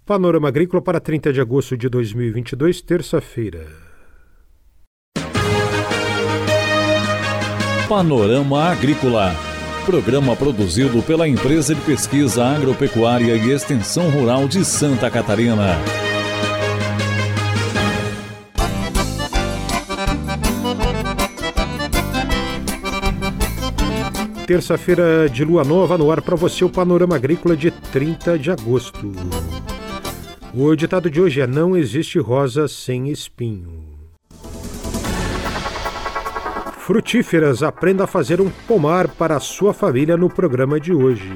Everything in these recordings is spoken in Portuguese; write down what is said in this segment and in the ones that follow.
Panorama Agrícola para 30 de agosto de 2022, terça-feira. Panorama Agrícola. Programa produzido pela Empresa de Pesquisa Agropecuária e Extensão Rural de Santa Catarina. Terça-feira de lua nova, no ar para você o Panorama Agrícola de 30 de agosto. O ditado de hoje é: não existe rosa sem espinho. Frutíferas, aprenda a fazer um pomar para a sua família no programa de hoje.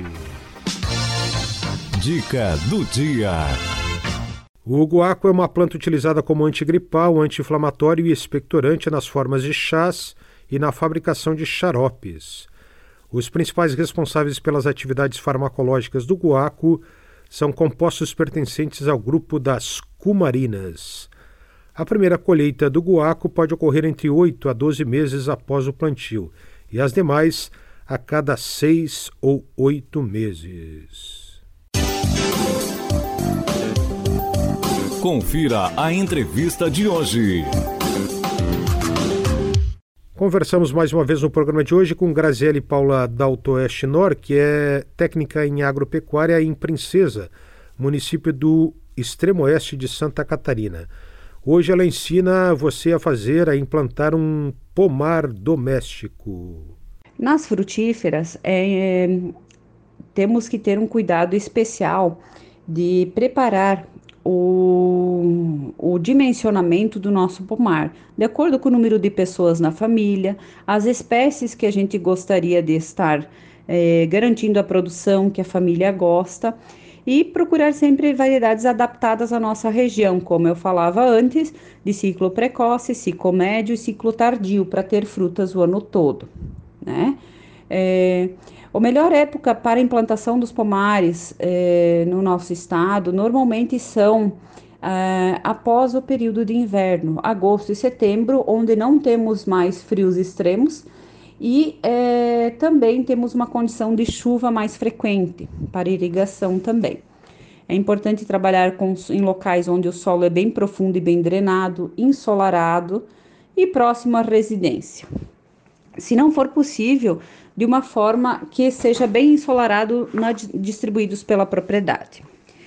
Dica do dia. O guaco é uma planta utilizada como antigripal, anti-inflamatório e expectorante nas formas de chás e na fabricação de xaropes. Os principais responsáveis pelas atividades farmacológicas do guaco são compostos pertencentes ao grupo das cumarinas. A primeira colheita do guaco pode ocorrer entre 8 a 12 meses após o plantio e as demais a cada 6 ou 8 meses. Confira a entrevista de hoje. Conversamos mais uma vez no programa de hoje com Graziele Paula Daltoeste-Nor, que é técnica em agropecuária em Princesa, município do extremo oeste de Santa Catarina. Hoje ela ensina você a implantar um pomar doméstico. Nas frutíferas, temos que ter um cuidado especial de preparar o dimensionamento do nosso pomar, de acordo com o número de pessoas na família, as espécies que a gente gostaria de estar garantindo a produção que a família gosta, e procurar sempre variedades adaptadas à nossa região, como eu falava antes, de ciclo precoce, ciclo médio e ciclo tardio, para ter frutas o ano todo, né? A melhor época para a implantação dos pomares no nosso estado normalmente são após o período de inverno, agosto e setembro, onde não temos mais frios extremos e também temos uma condição de chuva mais frequente para irrigação também. É importante trabalhar em locais onde o solo é bem profundo e bem drenado, ensolarado e próximo à residência. Se não for possível, de uma forma que seja bem ensolarado distribuídos pela propriedade.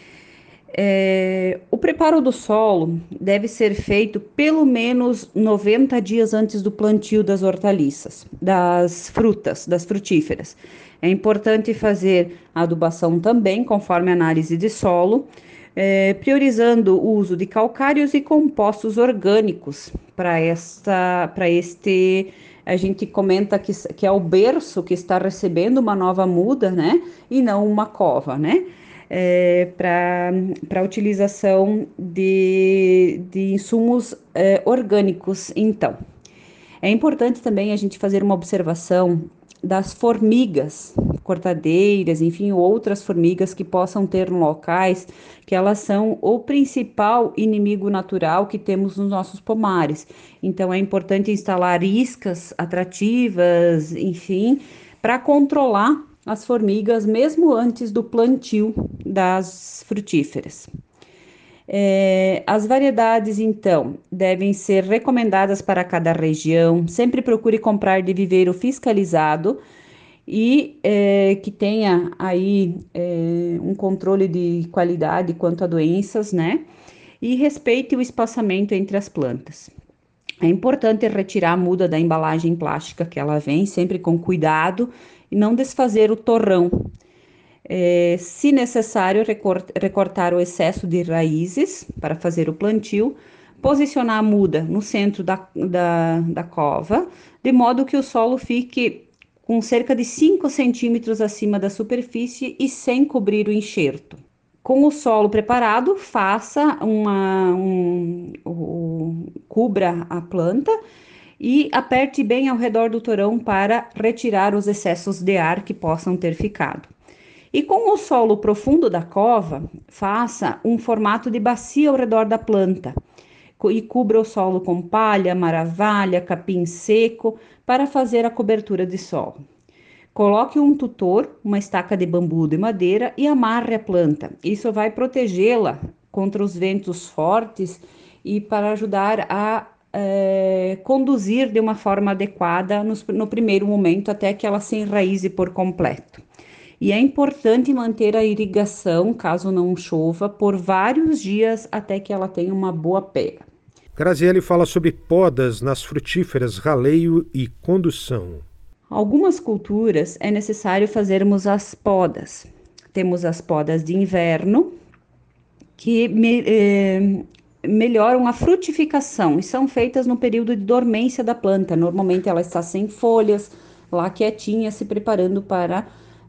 O preparo do solo deve ser feito pelo menos 90 dias antes do plantio das hortaliças, das frutas, das frutíferas. É importante fazer a adubação também, conforme a análise de solo, priorizando o uso de calcários e compostos orgânicos para este. A gente comenta que é o berço que está recebendo uma nova muda, né? E não uma cova, né? Para a utilização de insumos orgânicos. Então, é importante também a gente fazer uma observação das formigas, cortadeiras, enfim, outras formigas que possam ter locais que elas são o principal inimigo natural que temos nos nossos pomares. Então, é importante instalar iscas atrativas, enfim, para controlar as formigas mesmo antes do plantio das frutíferas. As variedades, então, devem ser recomendadas para cada região. Sempre procure comprar de viveiro fiscalizado e que tenha aí um controle de qualidade quanto a doenças, né? E respeite o espaçamento entre as plantas. É importante retirar a muda da embalagem plástica que ela vem, sempre com cuidado, e não desfazer o torrão. Se necessário, recortar o excesso de raízes para fazer o plantio, posicionar a muda no centro da cova, de modo que o solo fique com cerca de 5 centímetros acima da superfície e sem cobrir o enxerto. Com o solo preparado, cubra a planta e aperte bem ao redor do torão para retirar os excessos de ar que possam ter ficado. E com o solo profundo da cova, faça um formato de bacia ao redor da planta e cubra o solo com palha, maravalha, capim seco para fazer a cobertura de solo. Coloque um tutor, uma estaca de bambu de madeira e amarre a planta. Isso vai protegê-la contra os ventos fortes e para ajudar a conduzir de uma forma adequada no primeiro momento até que ela se enraize por completo. E é importante manter a irrigação, caso não chova, por vários dias até que ela tenha uma boa pega. Graziele fala sobre podas nas frutíferas, raleio e condução. Algumas culturas é necessário fazermos as podas. Temos as podas de inverno, que melhoram a frutificação e são feitas no período de dormência da planta. Normalmente ela está sem folhas, lá quietinha, se preparando para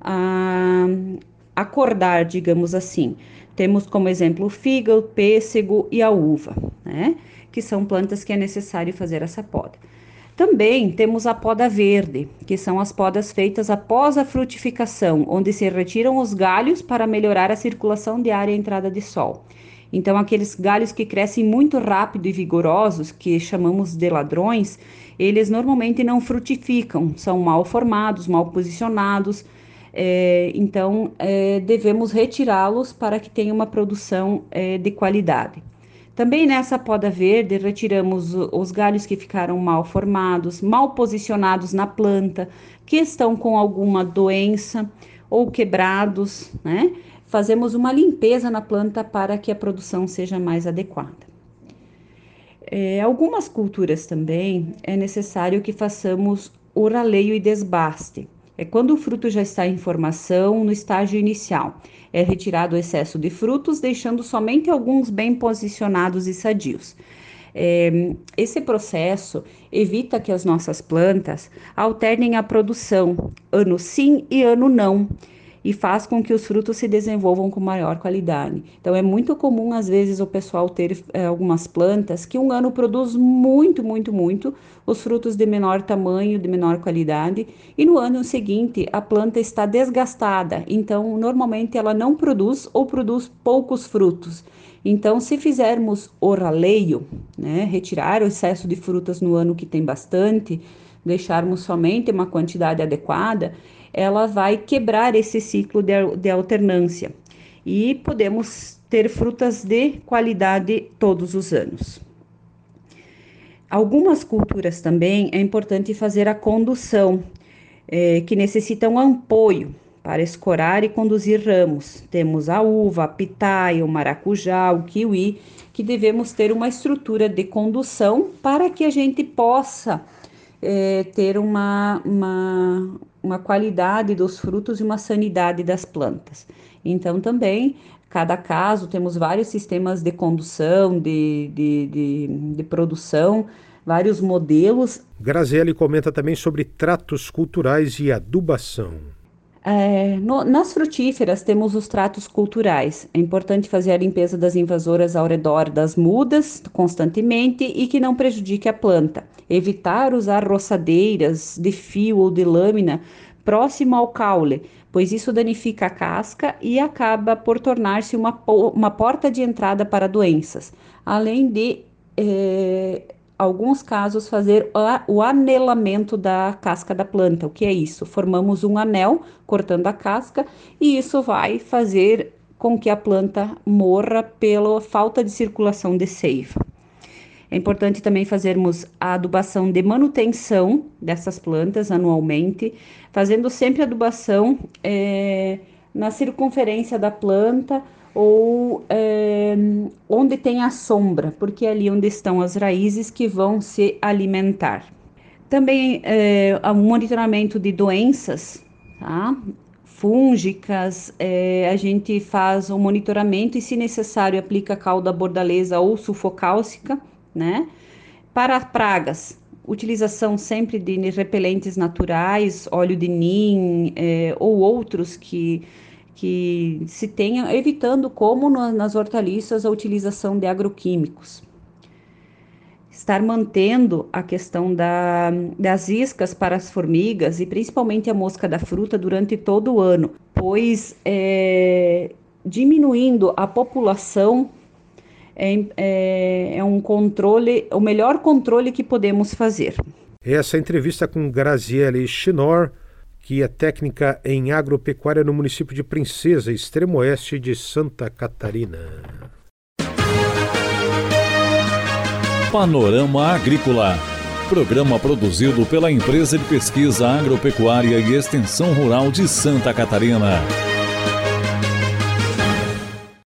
acordar, digamos assim. Temos como exemplo o fígado, o pêssego e a uva, né? Que são plantas que é necessário fazer essa poda. Também temos a poda verde, que são as podas feitas após a frutificação, onde se retiram os galhos para melhorar a circulação de ar e a entrada de sol. Então, aqueles galhos que crescem muito rápido e vigorosos, que chamamos de ladrões, eles normalmente não frutificam, são mal formados, mal posicionados. Então, devemos retirá-los para que tenha uma produção de qualidade. Também nessa poda verde, retiramos os galhos que ficaram mal formados, mal posicionados na planta, que estão com alguma doença ou quebrados, né? Fazemos uma limpeza na planta para que a produção seja mais adequada. Algumas culturas também é necessário que façamos o raleio e desbaste. É quando o fruto já está em formação, no estágio inicial. É retirado o excesso de frutos, deixando somente alguns bem posicionados e sadios. Esse processo evita que as nossas plantas alternem a produção, ano sim e ano não, e faz com que os frutos se desenvolvam com maior qualidade. Então, é muito comum, às vezes, o pessoal ter algumas plantas que um ano produz muito, os frutos de menor tamanho, de menor qualidade, e no ano seguinte a planta está desgastada, então, normalmente ela não produz ou produz poucos frutos. Então, se fizermos o raleio, né, retirar o excesso de frutas no ano que tem bastante, deixarmos somente uma quantidade adequada, ela vai quebrar esse ciclo de alternância e podemos ter frutas de qualidade todos os anos. Algumas culturas também é importante fazer a condução, que necessitam apoio para escorar e conduzir ramos. Temos a uva, a pitaia, o maracujá, o kiwi, que devemos ter uma estrutura de condução para que a gente possa ter uma qualidade dos frutos e uma sanidade das plantas. Então, também, cada caso, temos vários sistemas de condução, de produção, vários modelos. Graziele comenta também sobre tratos culturais e adubação. Nas frutíferas temos os tratos culturais. É importante fazer a limpeza das invasoras ao redor das mudas constantemente e que não prejudique a planta. Evitar usar roçadeiras de fio ou de lâmina próximo ao caule, pois isso danifica a casca e acaba por tornar-se uma porta de entrada para doenças. Além de alguns casos, fazer o anelamento da casca da planta. O que é isso? Formamos um anel cortando a casca e isso vai fazer com que a planta morra pela falta de circulação de seiva. É importante também fazermos a adubação de manutenção dessas plantas anualmente, fazendo sempre adubação na circunferência da planta, ou onde tem a sombra, porque é ali onde estão as raízes que vão se alimentar. Também o monitoramento de doenças, tá? Fúngicas, a gente faz o monitoramento e, se necessário, aplica cauda bordaleza ou sulfocálcica, né? Para pragas, utilização sempre de repelentes naturais, óleo de nim ou outros que se tenha, evitando, como nas hortaliças, a utilização de agroquímicos. Estar mantendo a questão das iscas para as formigas e principalmente a mosca da fruta durante todo o ano, pois diminuindo a população é um controle, o melhor controle que podemos fazer. Essa entrevista com Graziele Schinor, que é técnica em agropecuária no município de Princesa, extremo oeste de Santa Catarina. Panorama Agrícola. Programa produzido pela Empresa de Pesquisa Agropecuária e Extensão Rural de Santa Catarina.